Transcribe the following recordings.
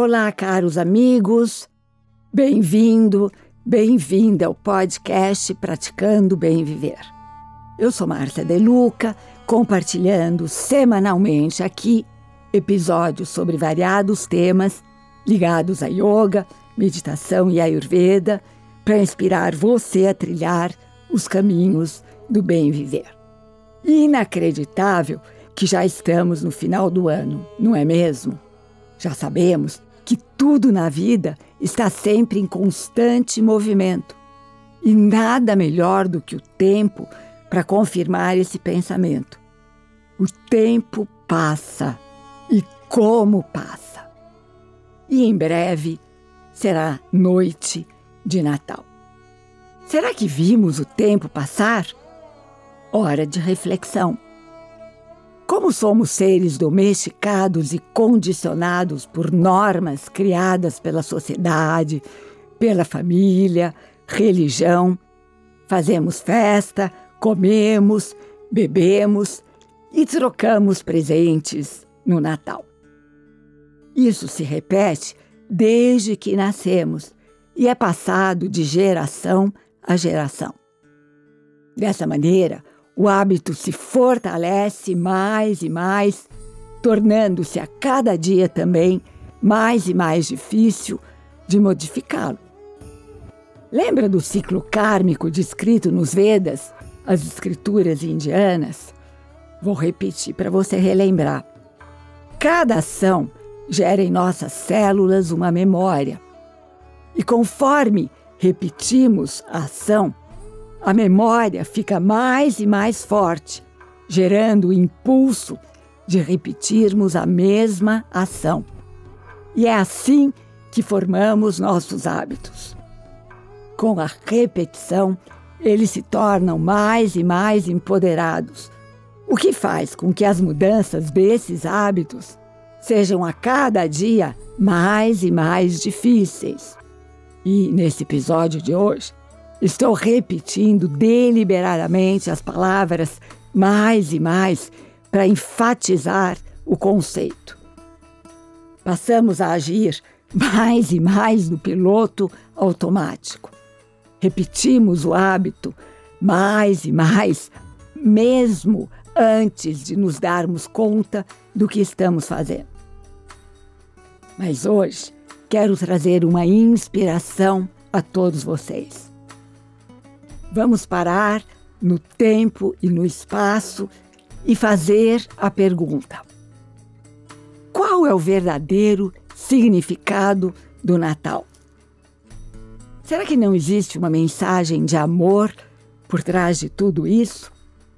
Olá, caros amigos, bem-vindo, bem-vinda ao podcast Praticando Bem Viver. Eu sou Márcia De Luca, compartilhando semanalmente aqui episódios sobre variados temas ligados a yoga, meditação e ayurveda, para inspirar você a trilhar os caminhos do bem viver. Inacreditável que já estamos no final do ano, não é mesmo? Já sabemos que tudo na vida está sempre em constante movimento. E nada melhor do que o tempo para confirmar esse pensamento. O tempo passa. E como passa. E em breve será noite de Natal. Será que vimos o tempo passar? Hora de reflexão. Como somos seres domesticados e condicionados por normas criadas pela sociedade, pela família, religião, fazemos festa, comemos, bebemos e trocamos presentes no Natal. Isso se repete desde que nascemos e é passado de geração a geração. Dessa maneira, o hábito se fortalece mais e mais, tornando-se a cada dia também mais e mais difícil de modificá-lo. Lembra do ciclo kármico descrito nos Vedas, as escrituras indianas? Vou repetir para você relembrar. Cada ação gera em nossas células uma memória. E conforme repetimos a ação, a memória fica mais e mais forte, gerando o impulso de repetirmos a mesma ação. E é assim que formamos nossos hábitos. Com a repetição, eles se tornam mais e mais empoderados, o que faz com que as mudanças desses hábitos sejam a cada dia mais e mais difíceis. E nesse episódio de hoje, estou repetindo deliberadamente as palavras mais e mais para enfatizar o conceito. Passamos a agir mais e mais no piloto automático. Repetimos o hábito mais e mais, mesmo antes de nos darmos conta do que estamos fazendo. Mas hoje quero trazer uma inspiração a todos vocês. Vamos parar no tempo e no espaço e fazer a pergunta: qual é o verdadeiro significado do Natal? Será que não existe uma mensagem de amor por trás de tudo isso?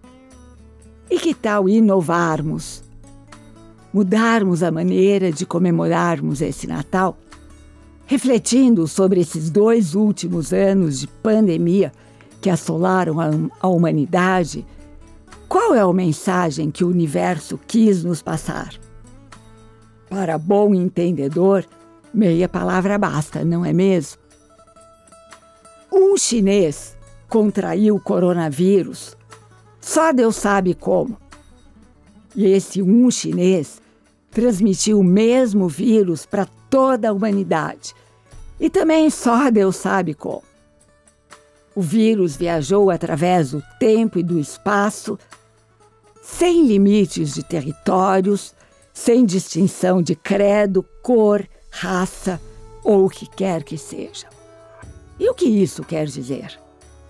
E que tal inovarmos? Mudarmos a maneira de comemorarmos esse Natal? Refletindo sobre esses 2 últimos anos de pandemia que assolaram a humanidade, qual é a mensagem que o universo quis nos passar? Para bom entendedor, meia palavra basta, não é mesmo? Um chinês contraiu o coronavírus, só Deus sabe como. E esse chinês transmitiu o mesmo vírus para toda a humanidade. E também só Deus sabe como. O vírus viajou através do tempo e do espaço, sem limites de territórios, sem distinção de credo, cor, raça ou o que quer que seja. E o que isso quer dizer?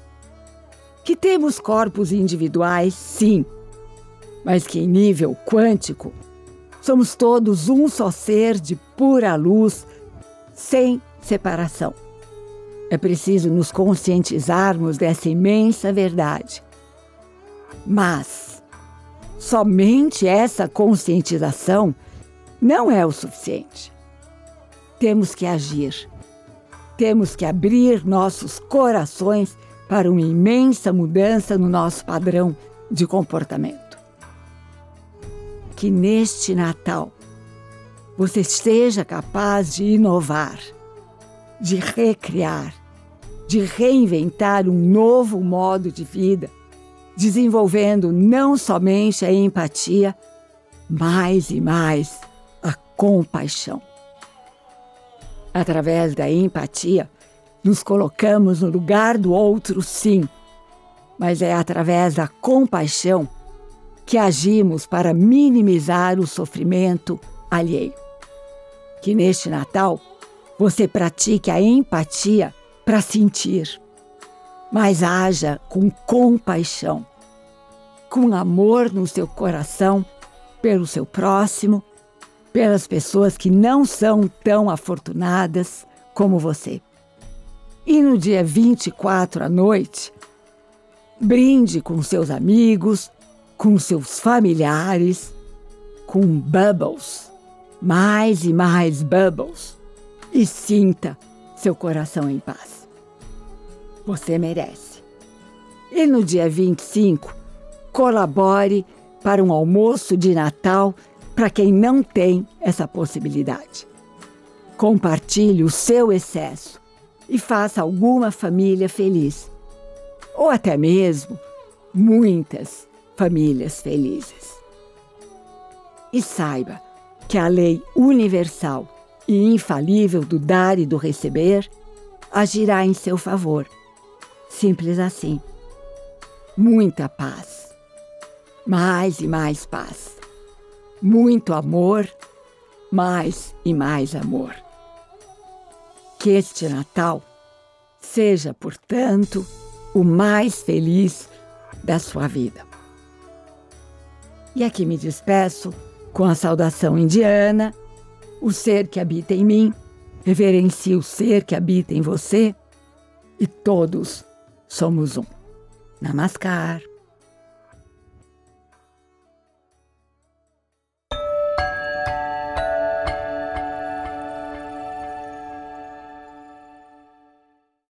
Que temos corpos individuais, sim, mas que em nível quântico somos todos um só ser de pura luz, sem separação. É preciso nos conscientizarmos dessa imensa verdade. Mas somente essa conscientização não é o suficiente. Temos que agir. Temos que abrir nossos corações para uma imensa mudança no nosso padrão de comportamento. Que neste Natal você seja capaz de inovar, de recriar, de reinventar um novo modo de vida, desenvolvendo não somente a empatia, mais e mais a compaixão. Através da empatia, nos colocamos no lugar do outro, sim, mas é através da compaixão que agimos para minimizar o sofrimento alheio. Que neste Natal você pratique a empatia para sentir, mas haja com compaixão, com amor no seu coração pelo seu próximo, pelas pessoas que não são tão afortunadas como você. E no dia 24 à noite, brinde com seus amigos, com seus familiares, com bubbles, mais e mais bubbles, e sinta seu coração em paz. Você merece. E no dia 25, colabore para um almoço de Natal para quem não tem essa possibilidade. Compartilhe o seu excesso e faça alguma família feliz. Ou até mesmo muitas famílias felizes. E saiba que a lei universal e infalível do dar e do receber agirá em seu favor. Simples assim. Muita paz. Mais e mais paz. Muito amor. Mais e mais amor. Que este Natal seja, portanto, o mais feliz da sua vida. E aqui me despeço com a saudação indiana: o ser que habita em mim reverencia o ser que habita em você e todos somos um. Namaskar.